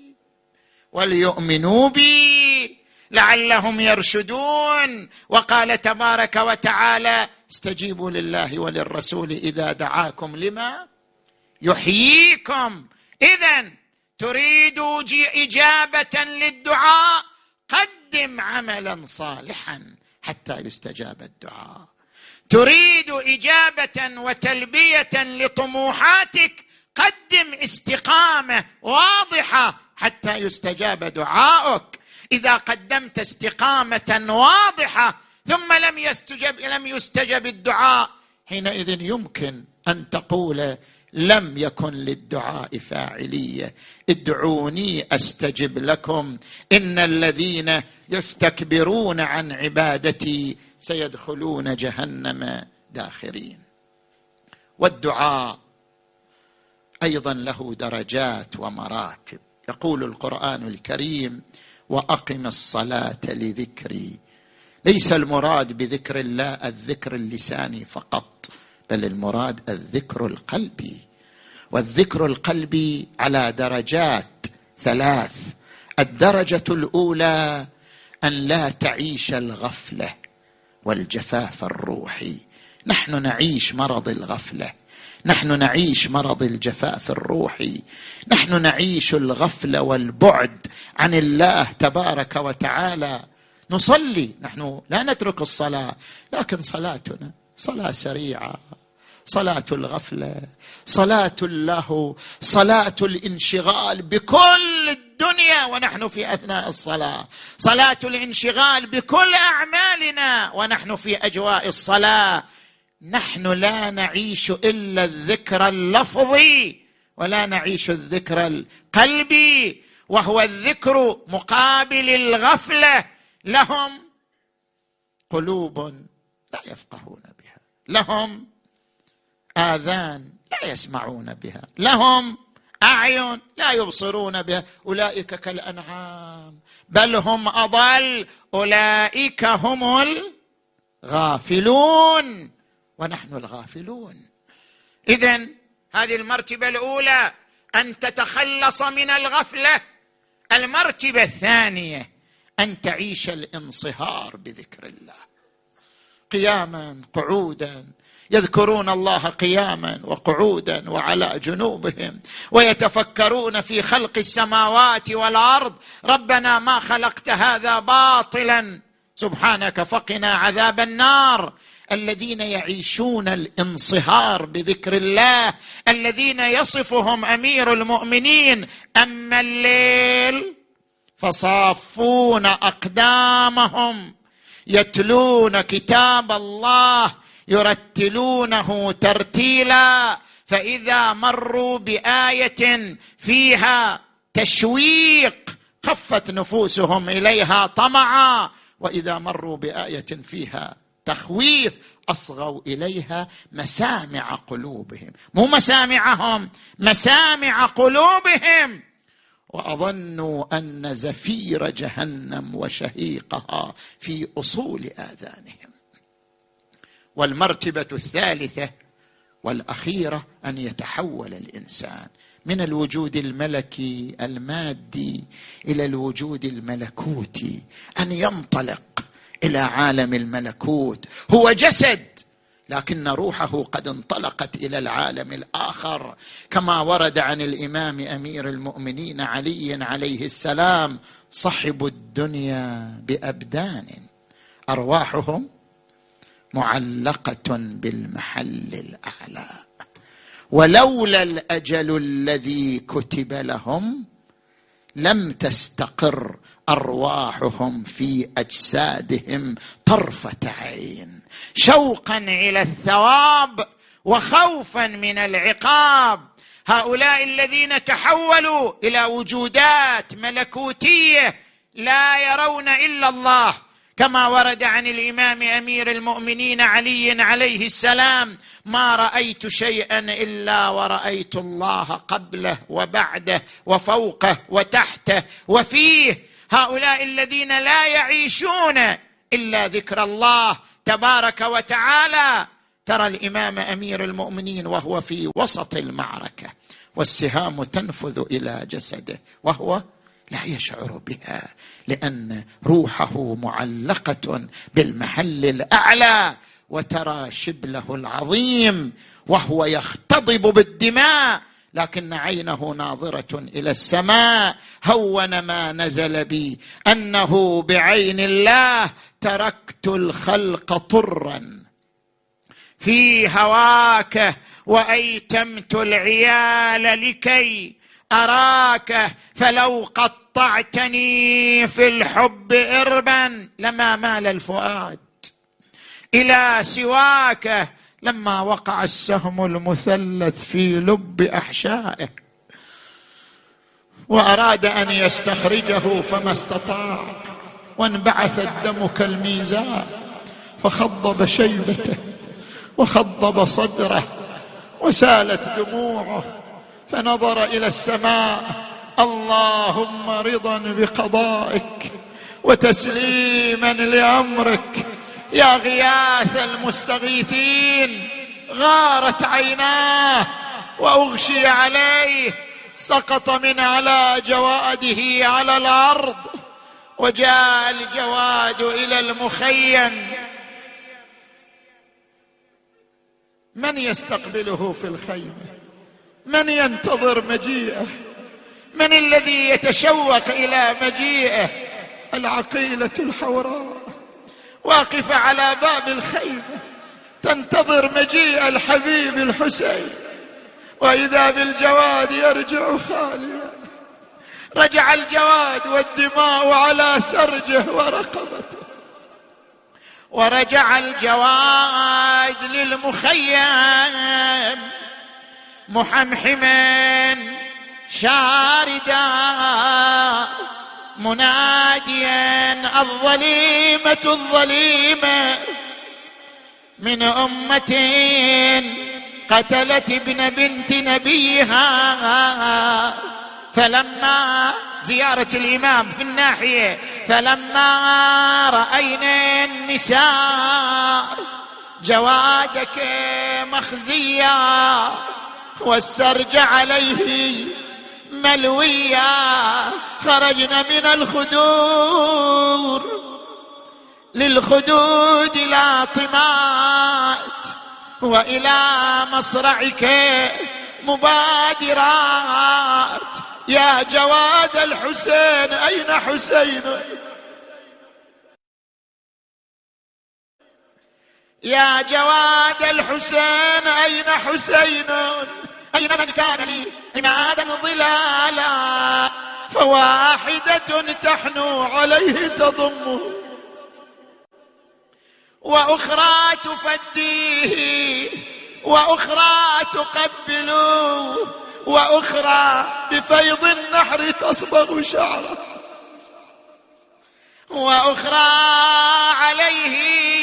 وليؤمنوا بي لعلهم يرشدون. وقال تبارك وتعالى: استجيبوا لله وللرسول إذا دعاكم لما يحييكم. إذن تريد إجابة للدعاء، قدم عملا صالحا حتى يستجاب الدعاء. تريد إجابة وتلبية لطموحاتك، قدم استقامة واضحة حتى يستجاب دعائك. إذا قدمت استقامة واضحة ثم لم يستجب لم يستجب الدعاء، حينئذ يمكن أن تقول: لم يكن للدعاء فاعلية، ادعوني أستجب لكم، إن الذين يستكبرون عن عبادتي سيدخلون جهنم داخرين. والدعاء أيضا له درجات ومراتب. يقول القرآن الكريم: وأقم الصلاة لذكري. ليس المراد بذكر الله الذكر اللساني فقط، بل المراد الذكر القلبي. والذكر القلبي على درجات ثلاث. الدرجة الأولى أن لا تعيش الغفلة والجفاف الروحي. نحن نعيش مرض الغفلة، نحن نعيش مرض الجفاف الروحي، نحن نعيش الغفلة والبعد عن الله تبارك وتعالى. نصلي، نحن لا نترك الصلاة، لكن صلاتنا صلاة سريعة، صلاة الغفلة، صلاة اللهو، صلاة الانشغال بكل الدنيا ونحن في أثناء الصلاة، صلاة الانشغال بكل أعمالنا ونحن في أجواء الصلاة. نحن لا نعيش إلا الذكر اللفظي ولا نعيش الذكر القلبي، وهو الذكر مقابل الغفلة. لهم قلوب لا يفقهون بها، لهم آذان لا يسمعون بها، لهم أعين لا يبصرون بها، أولئك كالأنعام بل هم أضل، أولئك هم الغافلون ونحن الغافلون. إذن هذه المرتبة الأولى، أن تتخلص من الغفلة. المرتبة الثانية أن تعيش الانصهار بذكر الله، قياما قعودا، يذكرون الله قياما وقعودا وعلى جنوبهم، ويتفكرون في خلق السماوات والأرض، ربنا ما خلقت هذا باطلا سبحانك فقنا عذاب النار. الذين يعيشون الانصهار بذكر الله، الذين يصفهم أمير المؤمنين: أما الليل فصافون أقدامهم يتلون كتاب الله يرتلونه ترتيلا، فإذا مروا بآية فيها تشويق خفت نفوسهم إليها طمعا، وإذا مروا بآية فيها تخويف أصغوا إليها مسامع قلوبهم، مو مسامعهم، مسامع قلوبهم، وأظنوا أن زفير جهنم وشهيقها في أصول آذانهم. والمرتبة الثالثة والأخيرة أن يتحول الإنسان من الوجود الملكي المادي إلى الوجود الملكوتي، أن ينطلق إلى عالم الملكوت. هو جسد لكن روحه قد انطلقت إلى العالم الآخر، كما ورد عن الإمام أمير المؤمنين علي عليه السلام: صحبوا الدنيا بأبدان أرواحهم معلقة بالمحل الأعلى، ولولا الأجل الذي كتب لهم لم تستقر أرواحهم في أجسادهم طرفة عين، شوقا إلى الثواب وخوفا من العقاب. هؤلاء الذين تحولوا إلى وجودات ملكوتية لا يرون إلا الله، كما ورد عن الإمام أمير المؤمنين علي عليه السلام: ما رأيت شيئا إلا ورأيت الله قبله وبعده وفوقه وتحته وفيه. هؤلاء الذين لا يعيشون إلا ذكر الله تبارك وتعالى. ترى الإمام أمير المؤمنين وهو في وسط المعركة والسهام تنفذ إلى جسده وهو لا يشعر بها، لأن روحه معلقة بالمحل الأعلى. وترى شبله العظيم وهو يختضب بالدماء، لكن عينه ناظرة إلى السماء: هون ما نزل بي أنه بعين الله تركت الخلق طرا في هواك وأيتمت العيال لكي أراك، فلو قطعتني في الحب إربا لما مال الفؤاد إلى سواك. لما وقع السهم المثلث في لب أحشائه وأراد أن يستخرجه فما استطاع، وانبعث الدم كالميزان، فخضب شيبته وخضب صدره وسالت دموعه، فنظر إلى السماء: اللهم رضا بقضائك وتسليما لأمرك يا غياث المستغيثين. غارت عيناه وأغشي عليه، سقط من على جواده على الأرض، وجاء الجواد إلى المخيم. من يستقبله في الخيمة؟ من ينتظر مجيئه؟ من الذي يتشوق إلى مجيئه؟ العقيلة الحوراء واقفة على باب الخيمة تنتظر مجيء الحبيب الحسين، وإذا بالجواد يرجع خاليا. رجع الجواد والدماء على سرجه ورقبته، ورجع الجواد للمخيم محمحما شاردا مناديا: الظليمة الظليمة من أمة قتلت ابن بنت نبيها. فلما زيارة الإمام في الناحية، فلما رأينا النساء جوادك مخزيا والسرج عليه ملويا، خرجنا من الخدور للخدود لاطمات، وإلى مصرعك مبادرات. يا جواد الحسين أين حسين؟ يا جواد الحسين أين حسين؟ أين من كان لي عمادا ظلالا، فواحدة تحنو عليه تضمه، وأخرى تفديه، وأخرى تقبله، وأخرى بفيض النحر تصبغ شعره، وأخرى عليه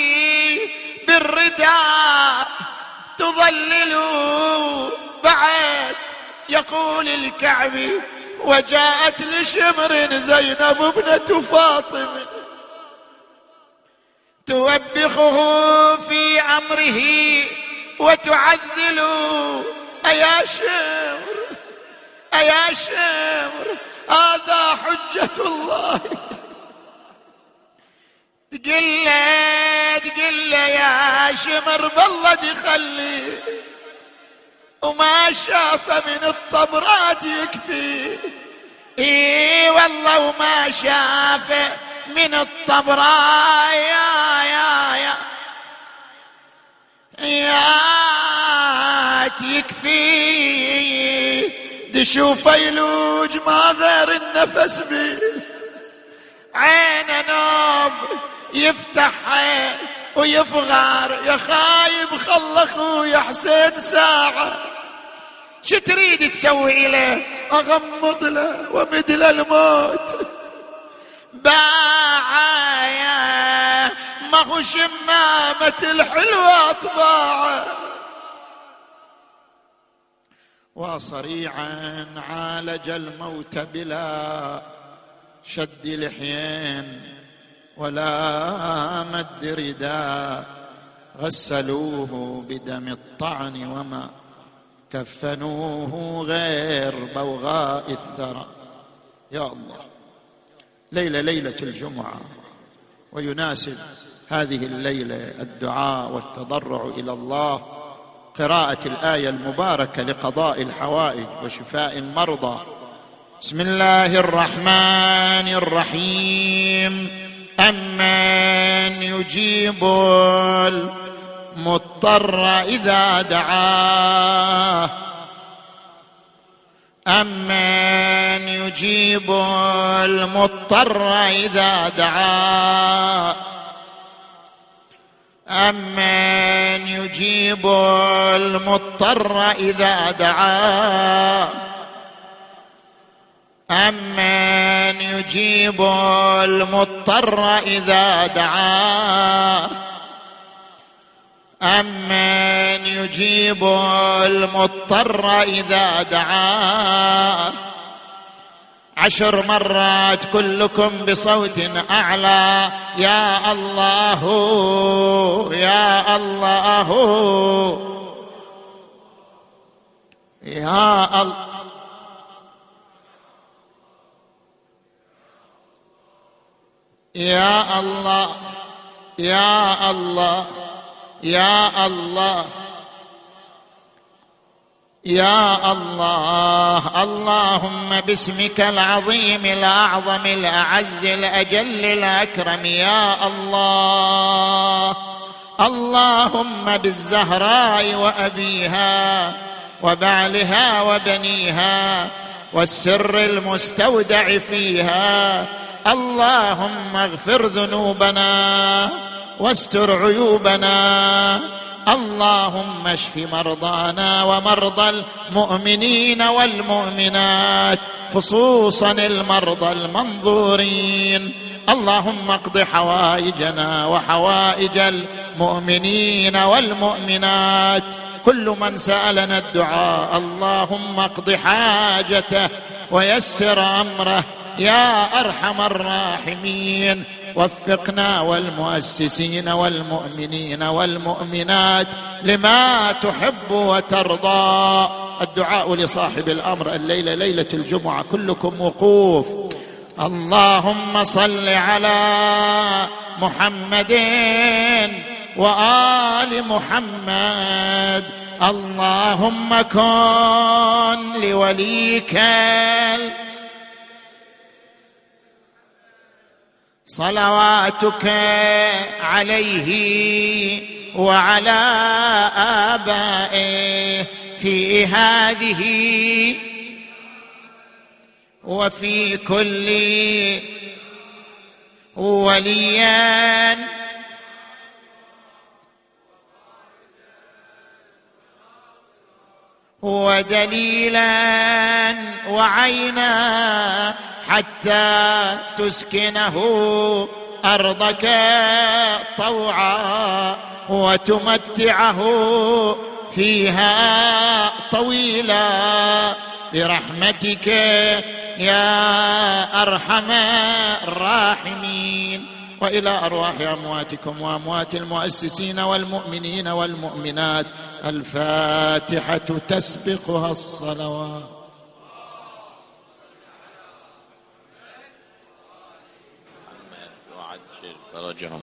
بالرداء تظلله. بعد يقول الكعبي: وجاءت لشمر زينب ابنة فاطم توبخه في أمره وتعذله: أيا شمر أيا شمر هذا حجة الله، تقله تقله يا شمر بالله دخلي وما شافه من الطبرات يكفي. اي والله وما شافه من الطبرات يا يا يا يا يكفي. دشوف يلوج ما غير النفس بي عينه نوم يفتحها ويفغر. يا خايب خل اخويا حسين ساعه شو تريد تسوي له؟ اغمض له ومد له الموت باعه ما هو شمامه الحلوه طباعه. وصريعا عالج الموت بلا شد لحيين ولا مد رداء. غسلوه بدم الطعن وما كفنوه غير بوغاء الثرى. يا الله، ليلة ليلة الجمعة، ويناسب هذه الليلة الدعاء والتضرع إلى الله، قراءة الآية المباركة لقضاء الحوائج وشفاء المرضى. بسم الله الرحمن الرحيم. أمن يجيب المضطر إذا دعاه أمن يجيب المضطر إذا دعاه أمن يجيب المضطر إذا دعاه أمن يجيب المضطر إذا دعاه أمن يجيب المضطر إذا دعاه. عشر مرات كلكم بصوت أعلى. يا الله يا الله يا الله يا الله يا الله يا الله يا الله. اللهم باسمك العظيم الأعظم الأعز الأجل الأكرم يا الله. اللهم بالزهراء وأبيها وبعلها وبنيها والسر المستودع فيها، اللهم اغفر ذنوبنا واستر عيوبنا. اللهم اشف مرضانا ومرضى المؤمنين والمؤمنات، خصوصا المرضى المنظورين. اللهم اقض حوائجنا وحوائج المؤمنين والمؤمنات. كل من سألنا الدعاء اللهم اقض حاجته ويسر أمره يا أرحم الراحمين. وفقنا والمؤسسين والمؤمنين والمؤمنات لما تحب وترضى. الدعاء لصاحب الأمر الليلة ليلة الجمعة، كلكم وقوف. اللهم صل على محمد وآل محمد. اللهم كن لوليك صلواتك عليه وعلى آبائه في هذه وفي كل وليا ودليلا وعينا حتى تسكنه أرضك طوعا وتمتعه فيها طويلا برحمتك يا أرحم الراحمين. وإلى أرواح أمواتكم وأموات المؤسسين والمؤمنين والمؤمنات الفاتحة تسبقها الصلوات. فرجهم.